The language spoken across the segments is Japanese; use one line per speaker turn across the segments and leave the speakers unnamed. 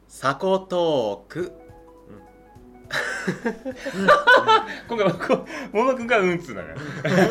サコトーク。
今回はモマ君がうんつうのね。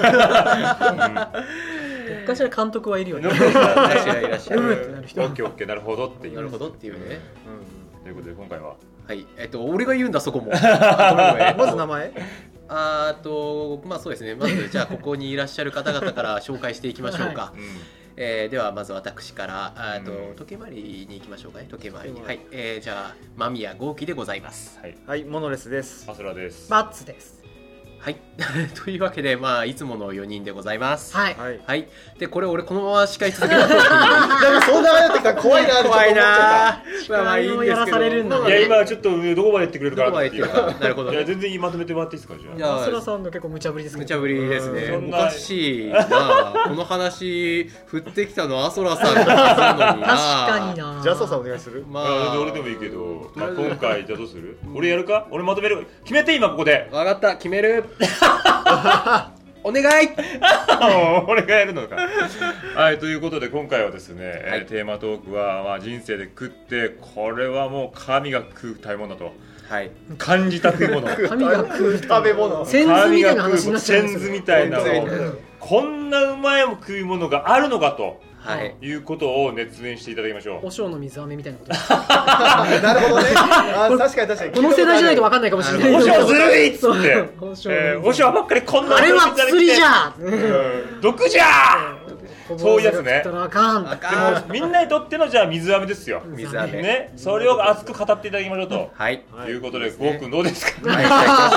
かしら監督はいるよね。
いらっしゃいらっしゃい。
うんってなる人。
オッケーオッケー、なるほどっていう。
なるほどっていうね。
ということで今回は
はい、俺が言うんだそこも。
まず名前。
まあそうですね。まずじゃあここにいらっしゃる方々から紹介していきましょうか。ではまず私から時計回りに行きましょうかね。時計回りに。はい。じゃあ間宮豪輝でございます。
はい、モノレスです。
パスラです。
バッツです。
はいというわけでまあいつもの4人でございます。
はい
はい。でこれ俺このまま司会続けます。なん
かそんなやってから怖いな。
怖いな。まあいいんですけど。
やらされるんだね。
いや今ちょっとどこまでやってくれるかなっていう。
なるほど。
いや全然まとめてもらっていいですかじゃあ。
パスラさんの結構無茶ぶりですけど。
無茶ぶりですね。おかしいな。この話振ってきたのアソラさんのはずなのにな。
確かにな。
じゃあそうさんお願いする。
まあ俺でもいいけど、今回じゃあどうする？俺やるか？俺まとめる。決めて今ここで。
わかった決める。お願い。
俺がやるのか。はい、ということで今回はですね、テーマトークは、まあ、人生で食ってこれはもう神が食う食べ物だと、はい、感じた食い物。
神が食う
食べ物。
センズみたいな話になっちゃうんですよ。
センズみたいなこんなうまい食い物があるのかと。はい、いうことを熱弁していただきましょう。
お塩の水飴みたいなこと。
なるほどね。確かに。
この世代じゃないと分かんないかもしれない。
お塩ずるいっつって。お塩ばっかりこんな。
あれは薬じゃ。
毒じゃ。そういうやつね。でもみんなにとってのじゃあ水飴ですよ。
水飴
ね。それを熱く語っていただきましょうと。はい。ということでゴーくんどうですか。はい。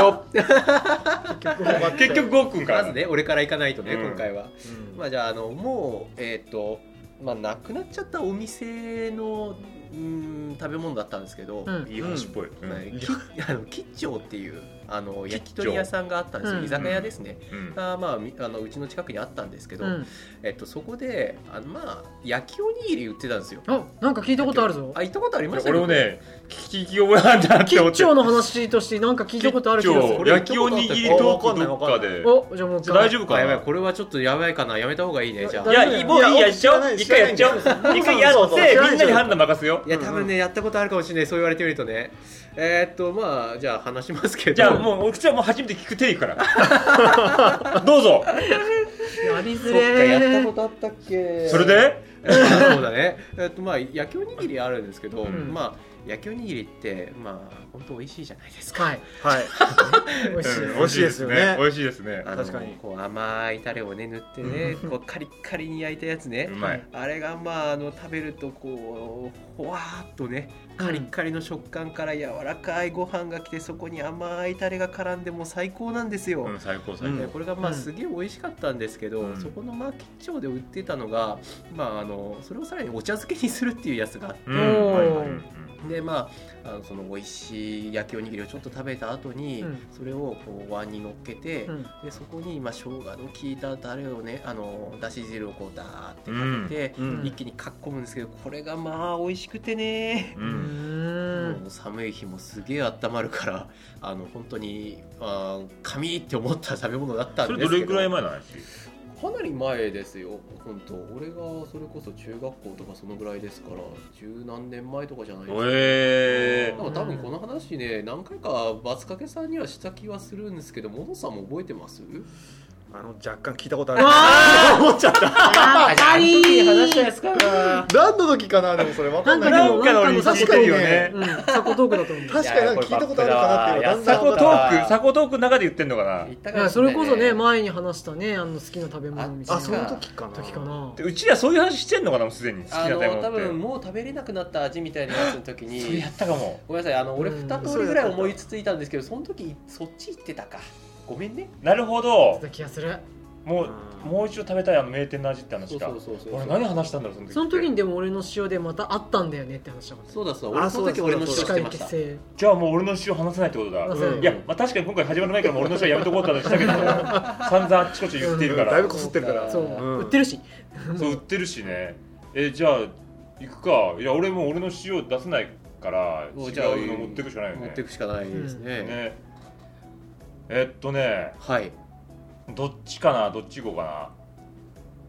結局ゴーくんから。
まずね俺から行かないとね今回は。まあじゃあもうまあなくなっちゃったお店の食べ物だったんですけど、
いい話っぽい。
吉兆っていう焼き鳥屋さんがあったんですよ。居酒屋ですね。まあうちの近くにあったんですけど、そこでまあ焼きおにぎり売ってたんですよ。
あ、なんか聞いたことあるぞ。
あ、行ったことありました。
俺もね聞き覚えなんだって思って。
吉兆の話としてなんか聞いたことある気がする。
焼きおにぎりトークどっかで。
お、じゃあもう
大丈夫かな。
やばい、これはちょっとやばいかな。やめた方がいいね。じゃあ。
いや、もういいやっちゃおう。一回やっちゃおう。一回やってみんなに判断任すよ。
いや多分ねやったことあるかもしれない。そう言われてみるとね。まあじゃあ話しますけど。
じゃあもううちはもう初めて聞く手いくからどうぞ。
やりづれ
やったことあったっけ。
それで
そうだね。まあ焼きおにぎりあるんですけど、まあ焼きおにぎりってまあ本当美味しいじゃないですか。
はい
美味しいですよね。
美味しいですね。
確かにこう甘いタレをね塗ってね、こうカリッカリに焼いたやつね。
うまい。
あれがまあ食べるとこうほわーっとねカリッカリの食感から柔らかいご飯が来て、そこに甘いタレが絡んでも最高なんですよ。
最高最高。
これがまあすげえ美味しかったんですけど、そこのまあ吉兆で売ってたのがまあそれをさらにお茶漬けにするっていうやつがあって。でまあその美味しい焼きおにぎりをちょっと食べた後に、それをこう碗に乗っけて、でそこに生姜の効いたタレをねだし汁をこうダーってかけて、一気にかっこむんですけど、これがまあ美味しくてね、もう寒い日もすげえ温まるから本当に神って思った食べ物だったんですけど。
それどれぐらい前の話？
かなり前ですよ。本当俺がそれこそ中学校とかそのぐらいですから十何年前とかじゃないですか。多分この話ね何回かバツカケさんにはした気はするんですけど、モノさんも覚えてます？
若干聞いたことある。
思っちゃった。
あの時に話したやつかな。
何の時かな。でもそれ分かんない。
なんかのに聞いてるよね。
サコトークだと思う。
確かになんか聞いたことあるかなっていうのがだんだん。
サコトークの中で言ってんのかな。
いやそれこそね前に話したね好きな食べ物みたいな。
その時か
な。
うちらそういう話してんのかな、すでに好きな食べ物って。
多分もう食べれなくなった味みたいなやつの時に。
それやったかも。
ごめんなさい、俺2通りぐらい思いついたんですけど、その時そっち行ってたか。ごめんね。
なるほど。
気がする。
もう一度食べたい名店の味って話か。俺何話したんだろう
その時に。でも俺の塩でまたあったんだよねって話だから。
そうだそう。俺その時俺の塩してました。
じゃあもう俺の塩話せないってことだ。いやまあ確かに今回始まる前から俺の塩やめとこうって話したけど、散々あっちこっち言っているから。
だいぶこすってるから。
そう売ってるし。
そう売ってるしね。じゃあ行くか。いや俺も俺の塩出せないから違うの持っていくしかないよね。
持っていくしかないですね。
はい。どっちかな、どっち行こうか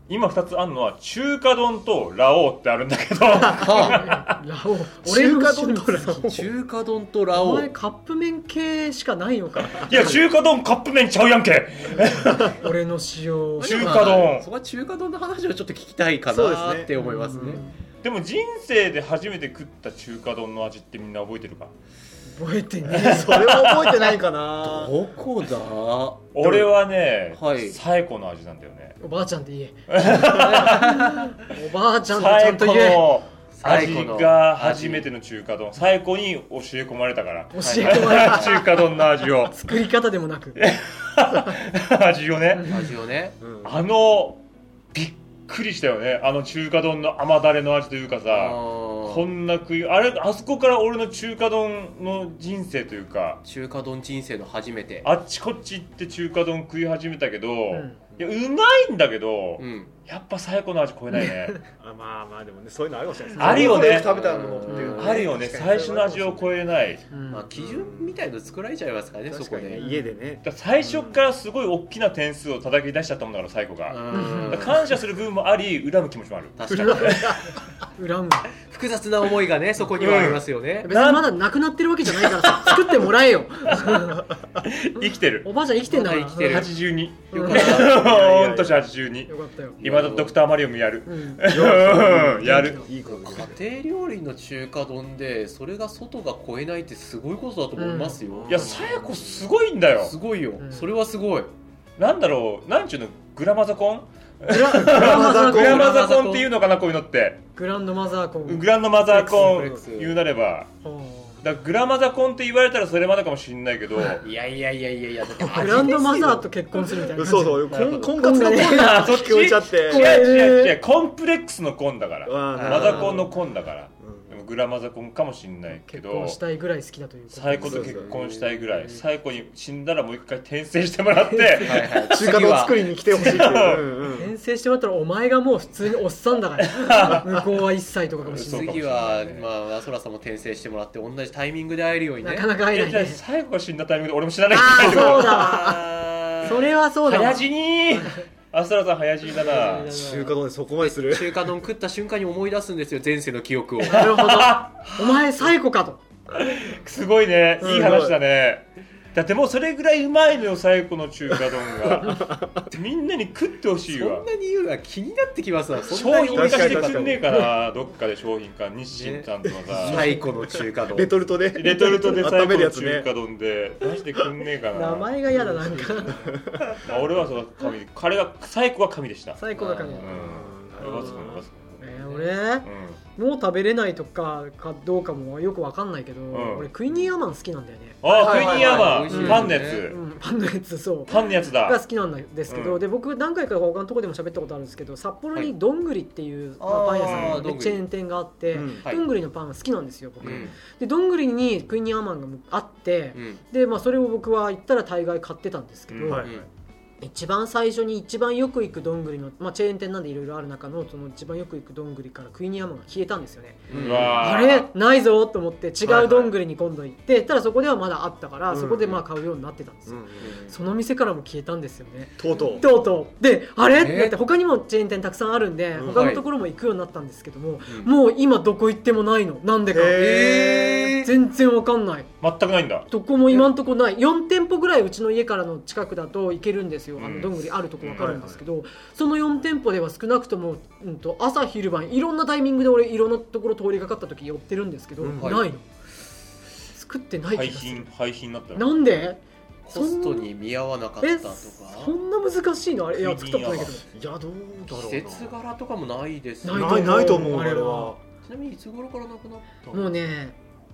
今2つあるのは中華丼とラオウってあるんだけど
ラオウ俺の
中華丼とラオウ
中華丼とラオウ
お前カップ麺系しかないのか
いや中華丼カップ麺ちゃうやんけ
俺の仕様
中華丼
そこは中華丼の話をちょっと聞きたいか
そうですね
なって思いますね。
でも人生で初めて食った中華丼の味ってみんな覚えてるか？
覚えてね
それは覚えてないかな。
どこだ？
俺はね、
はい
最古の味なんだよね。
おばあちゃんって言えおばあちゃんってちゃ
最
んと言え
古の
最
味
古の
が初めての中華丼、最古に教え込まれたから
教え込まれた
中華丼の味を
作り方でもなく
味をね、
味をね。
びっくりしたよね、あの中華丼の甘だれの味というかさ、こんな食いあそこから俺の中華丼の人生というか、
中華丼人生の初めて。
あっちこっち行って中華丼食い始めたけど、いやうまいんだけど、やっぱ最古の味超えないね
まあでもね、そういうのあるかもしれないです
あるよね
よく食べたものっていうのね
あるよね、最初の味を超えない。
まあ基準みたいの作られちゃいますからね、そこで。
家でね。
だ最初からすごい大きな点数を叩き出しちゃったもんだから最後が。だから感謝する部分もあり、恨む気持ちもある。
確かに
恨む
複雑な思いがね、そこにはありますよね。
別にまだなくなってるわけじゃないからさ作ってもらえよ
生きてる。
おばあちゃん生きてんだから
生きてる
82。
よかった
御年82。
よかったよ
今だドクターマリオもやる。やる。
いいことですね。
家庭料理の中華丼でそれが外が超えないってすごいことだと思いますよ。
いや最古すごいんだよ。
すごいよ。それはすごい。
なんだろう、なんちゅうの、グラマザコン？
グラマザ
グラマザコンっていうのかな、こういうのって。
グランドマザーコン
グランドマザーコン言うなれば。
は
だからグラマザコンって言われたらそれまでかもしれないけど、
いやいやいやいやいや、だって
グランドマザーと結婚するみたいな感じ
そうそう、婚活の婚
あそっち
聞こえちゃって。
違うコンプレックスのコンだから、
うん
マザコンのコンだから、でもグラマザコンかもしれないけど、
結婚したいぐらい好きだということ
最古と結婚したいぐらい、最古に死んだらもう一回転生してもらって
中華丼作りに来てほしいっていう。
転生してもらったらお前がもう普通におっさんだから向こうは1歳とかかもしれない
次はまあアソラさんも転生してもらって同じタイミングで会えるようにね。
なかなか会えない
じゃあ
ね
最後が死んだタイミングで俺も知らない
ああそうだわ
あー
それはそうだわ
早死にアストラさん早死にだな。
中華丼でそこまでする。
中華丼食った瞬間に思い出すんですよ、前世の記憶を。
なるほどお前最古かと
すごいね、いい話だね。だってもうそれぐらいうまいのよ、最古の中華丼がみんなに食ってほしいわ。
そんなに言うのは気になってきますわ。そん
商
なに
品化してくんねえかな、どっかで商品化、日清さんとかさ、
最古の中華丼。
レトルトで。
レトルトで最
温め
古の
るやつね
中華丼で出してくんねえかな。
名前が嫌だなんか
まあ俺はその神、彼が最古は神でした。
最古だから
うん。バス君バス
俺
君。
もう食べれないとかどうかもよくわかんないけど、
ん
俺クイニーアマン好きなんだよね。
あ、クイニーアマン、
はいはいはい
パンのや
美味しい
つ、
パンのやつそう
パンのやつだ。
が好きなんですけど、
うん
で僕何回か他のところでも喋ったことあるんですけど、札幌にどんぐりっていう、まあ、
あー
パン屋さん
どんぐり
チェーン店があって、
はい
どんぐりのパン好きなんですよ僕、
うん
でどんぐりにクイニーアマンがあって、
うん
でまあそれを僕は行ったら大概買ってたんですけど、
うん
はい
一番最初に一番よく行くどんぐりの、まあ、チェーン店なんでいろいろある中のその一番よく行くどんぐりからクイニーアマンが消えたんですよね。
うわー
あれないぞと思って違うどんぐりに今度行って、ただそこではまだあったから、そこでまあ買うようになってたんですよ、その店からも消えたんですよね
とうとう。
とうとうであれってなって他にもチェーン店たくさんあるんで、
うん
他のところも行くようになったんですけども、
うん
もう今どこ行ってもないのなんでか、全然わかんない
全くないんだ。
どこも今んとこない4店舗ぐらいうちの家からの近くだと行けるんですよ、
うん
どんぐりあるとこ分かるんですけど、その4店舗では少なくとも、朝昼晩いろんなタイミングで俺いろんなところ通りかかった時寄ってるんですけど、
うん
ないの、作ってない気がする
廃品になったの。
なんで
コストに見合わなかったとか。
そんな難しいのあれいや作ったことないけど
いや、どうだろうな。
季節柄とかもないですよ
ない
ないと思う、あれ
あれは
は。
ちなみにいつ頃からなくなった
もうね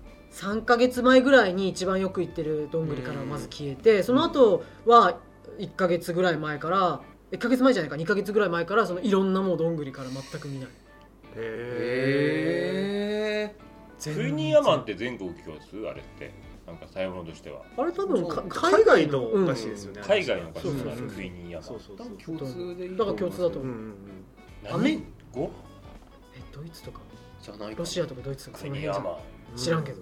3ヶ月前ぐらいに一番よく行ってるどんぐりからまず消えて、その後は1ヶ月ぐらい前から1ヶ月前じゃないか2ヶ月ぐらい前からそのいろんなもうどんぐりから全く見ない。
へ
クイニーアマンって全国共通あれってなんか食べ物としては
あれ多分
海外のお菓子ですよね。
海外のお菓子
そう
な
そうそう
のクイニーアマン。
そうそうそう。
共通でいい
だから共通だと思う、
うん
アメ
何語？
ドイツとか
じゃないか
ロシアとかドイツとかそ
クイ
の辺じゃ
ニーアマン。
知らんけど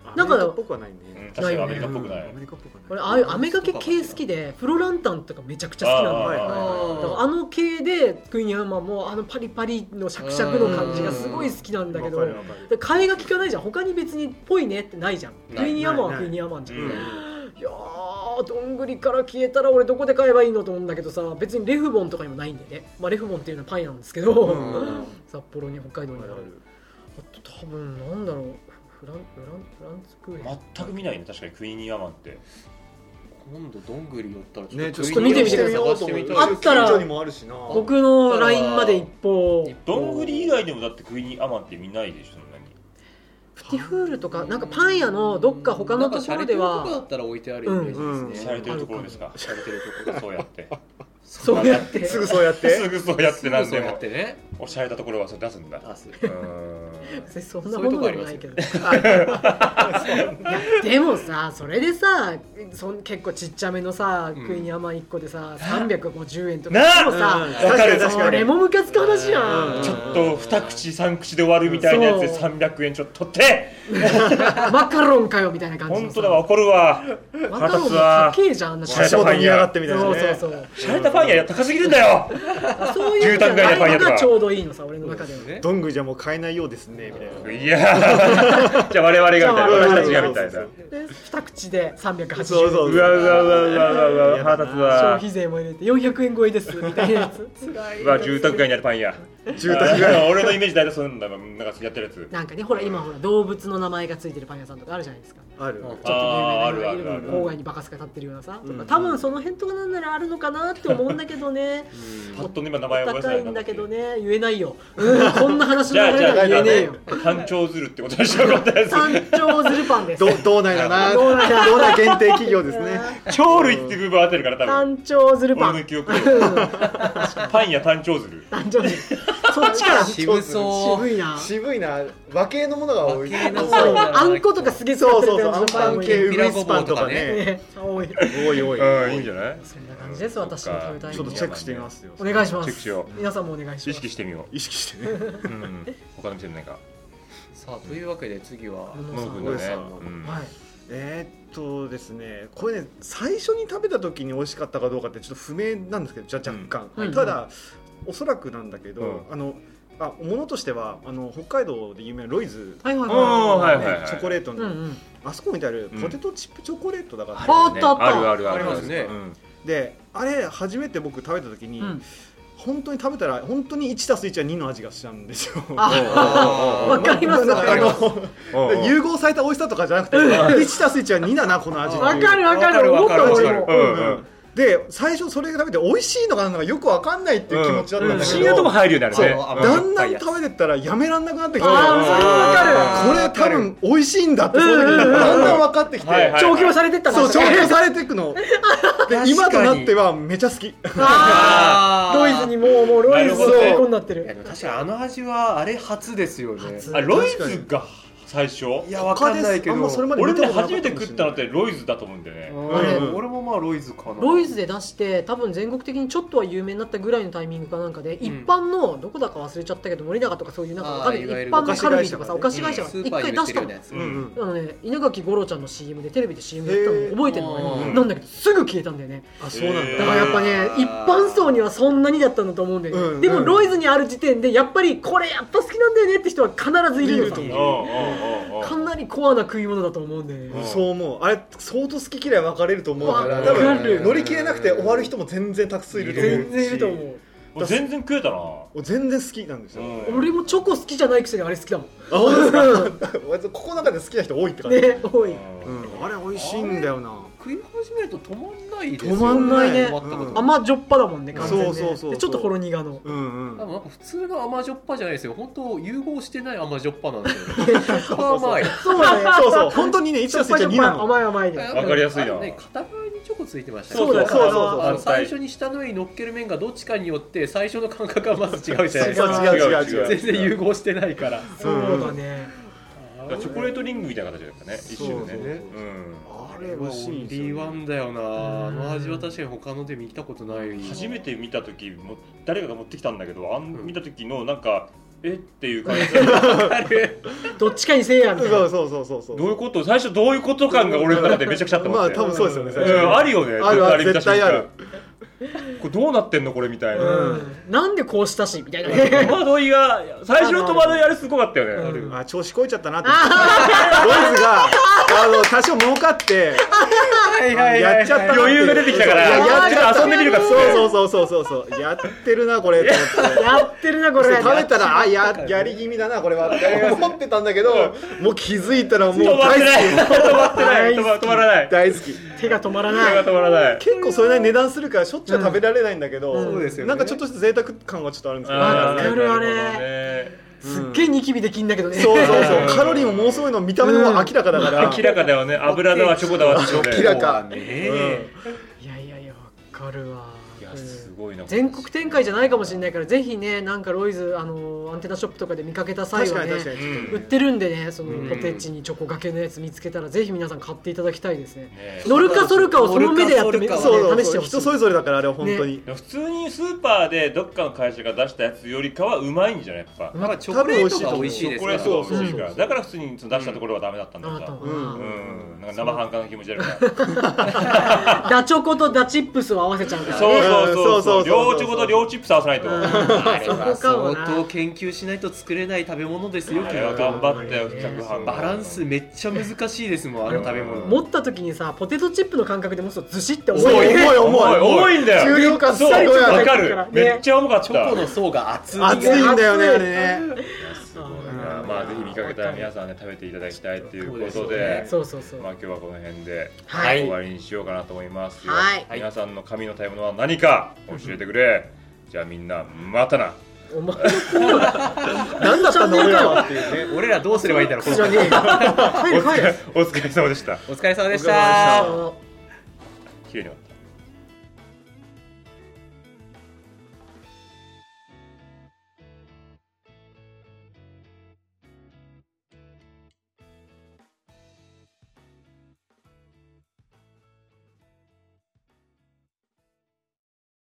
なんか
アメリカっぽくはないね。
確かにアメリカっぽくない。
アメリカっぽくはない。
俺ああいうアメがけ系好きでフロランタンとかめちゃくちゃ好きなんだよ。
はいはい
だからあの系でクイニーハマーもあのパリパリのシャクシャクの感じがすごい好きなんだけど、
わかるわかる
替えが利かないじゃん。他に別にぽいねってないじゃん。クイニーハマーは
ない
クイニーハマーじゃん。
うん
いやーどんぐりから消えたら俺どこで買えばいいのと思うんだけどさ、別にレフボンとかにもないんでね、まあ、レフボンっていうのはパン屋なんですけど、札幌に北海道にある。あと多分なんだろう、フランツクーヘン
全く見ないね、確かにクイニーアマンって。
今度どんぐり寄ったら
ね、
ちょっと見てみてください
探してみたい。
あったら
近所にもあるしな。
僕の LINE まで一方
どんぐり以外でもだってクイニーアマンって見ないでしょ、そんなに。
プティフールとかなんかパン屋のどっか他のところで
なんかシャレてるとこだ
は
ったら置いてあるイメージですね。
洒落てるところですか。
洒落てるところ。
そうやって
そうやって
すぐそうやって
すぐそうやってなん
そうや
でも
ってね。
おしゃれたところはそれ出すんだ。
出す。
別にそんなものでもないけど
そういうとこ
いやでもさそれでさ結構ちっちゃめのさクイニーアマン1個でさ350円とか
なあ
でもさ
わかる確かに
それもムカつく話やん。
ちょっと2口3口で終わるみたいなやつで
そう
300円ちょっと取って
マカロンかよみたいな感じのさ
本当だわ怒るわ。
マカロンも高えじゃんあんな
シャレ
足元見やがってみたいな
そう
ね。
そうそう
しゃれたパン屋高すぎるんだよ。
そういうのじゃないのがちょうどいいのさ俺の中では。
ね。
どんぐりじゃもう買えないようですねみたいな。
いやーじゃあ我々がみたいな、私たちがみたいな。
で2口で380円。
そうそう
うわうわうわうわうわ腹立つ
消
わ。
費税も入れて400円超えですみたいなやつ。辛い。
うわ住宅街にあるパン屋。
住宅街。
俺のイメージ大体そうなんだ、なんかやってるやつ。
なんかねほら今ほら動物の名前がついてるパン屋さんとかあるじゃないですか。
ある。
ちょっと有名な
あるあるある
郊外にバカスカ立ってるようなさ、
うん
とか多分その辺とかなんならあるのかなって思うんだけどね。
パッと今名前を覚え
高
ない
んだけどね言えないよ。こんな話の流れが言えねえよ。
単調ずるってことでしょうかったやつ。
山頂ズルパンです。
道内だな。
道内だ
道内限定企業ですね。
超類って部分合ってるから多分。
山頂ズルパン。
俺の記憶。パン屋単調ずる。
山頂ズル。そっちから
渋そう。
渋いな。
渋いな。和系のものが多い。
和系の
そうあんことかすげえ使ってる感じのパンもいい
系ウ
ピラ
エスパンとか
ゴボウとか
ね。
ね多い。
多い多い。
うんいいんじゃない？
そんな感じです私の食べたい
ちょっとチェックしてみますよ。
お願いします
チェックしよう。
皆さんもお願いします
意識してみよ
意識してね。
う。うん。他の店でないか。
さあというわけで次は
野々さん
野々君だね。
はい
ですね、これね最初に食べた時に美味しかったかどうかってちょっと不明なんですけど、じゃ若干、
うん
ただおそらくなんだけど、
う
ものとしては北海道で有名なロイズ、
はいはい
うんはい
はい
はい
チョコレートの、
うんうん
あそこにあるポテトチップチョコレートだから、
あったあった
あるあるある。
ありますね
うん
であれ初めて僕食べた時に、
うん
本当に食べたら本当に 1+1 は2の味がしたんですよ。
あわかりますわかります
融合された美味しさとかじゃなくて 1+1 は2だなこの味っていう
わかるわかる思った俺も
で最初それが食べて美味しいのかなんかよくわかんないっていう気持ちだったんだけど、
不思議なとこ入るよねあれね。
だんだん食べてったらやめらんなくなってきて、
あーそれわかる
これ多分美味しいんだってその時にだんだん分かってきて、
はいはい
調教されてった
そう調
調
教されていくので今となってはめちゃ好き。
ロイズにもうロイズの虜になってる。
いやでも確かにあの味はあれ初ですよね。
初
あロイズが最初。
いやわかんないけど
あんまそれまで
俺も
見たことなか
初めて食ったのっ
かもしれない
てロイズだと思うんだよね。
あれ
俺もまあロイズかな。
ロイズで出して多分全国的にちょっとは有名になったぐらいのタイミングかなんかで、一般のどこだか忘れちゃったけど森永とかそういうなんかわかんない
いわゆる
一般のカルビーとかさお菓子会社が一
スーパーに
回出したの。
売ってるようなやつ。
うん
稲垣吾郎ちゃんの CM でテレビで CM やったの覚えてるの
へー
なんだけどすぐ消えたんだよね。
あそうなんだ。
だからやっぱね一般層にはそんなにだったんだと思うんだよね、
うん
でもロイズにある時点でやっぱりこれやっぱ好きなんだよねって人は必ずいるのさ
いると思
かなりコアな食い物だと思うんだよね、
そう思う。あれ相当好き嫌い分かれると思うから
わ
多
かる
分乗り切れなくて終わる人も全然たくさんいると思う。
全然いると思う。
もう全然食えたな。
全然好きなんですよ。
俺もチョコ好きじゃないくせにあれ好きだもん。
あ本当ですか。割とここの中で好きな人多いって感じ。
ね多い。
あれ美味しいんだよな。
食い始めると止まんないですよね。
止まんないね
止まったこと
甘じょっぱだもんね完全にね。
そうそうそう
でちょっとほろ苦の。
うんうん。
多分なんか普通の甘じょっぱじゃないですよ。本当融合してない甘じょっぱなんですよね。甘い。
そうだね。
そうそう本当にね1+1 は2なの。
甘い甘いで。
わかりやすいな
ね、片側にチョコついてました
そうだそうだそう
あの最初に下の上に乗っける面がどっちかによって最初の感覚がまず違うじゃないですか。
違う
全然融合してないから。
そうだね。
チョコレートリングみたいな形だったね一瞬ね。
あれ美味しいんですよね。
B1 だよな。あの味は確かに他ので見たことない。
初めて見た時も誰かが持ってきたんだけど見た時のなんかっていう感じ
どっちかにせえやみたいな。
そう
どういうこと最初どういうこと感が俺の中でめちゃくちゃあって
まあ多分そうですよね最初
あるよね
ある絶対ある
これどうなってんのこれみたいな
なんでこうしたしみたいなね。
戸惑いが最初の戸惑いあれすごかったよね
調子こいちゃったなってロイズが多少儲かってやっちゃった
余裕が出てきたからやっ遊んでみるかって
そうやってるなこれと思って
やってるなこれ。
食べたらやり気味だなこれはって思ってたんだけどもう気づいたらもう大好
止まらない
大好き
手が止まらない
結構それなりに値段するからしょっちゅう食べられないんだけど
そうですよね
なんかちょっとした贅沢感はちょっとあるんですけど
わかるあれすっげえニキビできんだけどね。
そうカロリーもものすごいの見た目でも明らかだから
明らかだよね油だわチョコだわって
明らか
いやわかるわ。
すごいな
全国展開じゃないかもしれないからぜひねなんかロイズアンテナショップとかで見かけた際はね売ってるんでねそのポテチにチョコがけのやつ見つけたらぜひ皆さん買っていただきたいですね。乗るか反るかをその目でやってみ試してほしい。
人それぞれだからあれは本当に
普通にスーパーでどっかの会社が出したやつよりかはうまいんじゃないやっぱ
チョコレートが美味しいですから
チョコレートが美味しいからだから普通に出したところはダメだったんだけどなんか生半可な気持ち悪いから
ダチョコとダチップスを合わせちゃうからね。
そう両チョコと両チップス合わせないと
あれは相当研究しないと作れない食べ物ですよ。
頑張ったよ客飯
バランスめっちゃ難しいですもんあの食べ物。
持った時にさポテトチップの感覚で持つとずしって重
いんだよ。
重量感す
ごい
わ
わかるめっちゃ重かった。
チョコの層が厚いん
だよねあれね。
まあぜひ見かけたら皆さんね食べていただきたいということでまあ今日はこの辺で終わりにしようかなと思いますよ。皆さんの神の食べ物は何か教えてくれ。じゃあみんなまたな。
お前
何だったんだ俺らはっていうね。
俺らどうすればいいんだろう。
お疲れ様でした。
お疲れ様でした。
綺麗に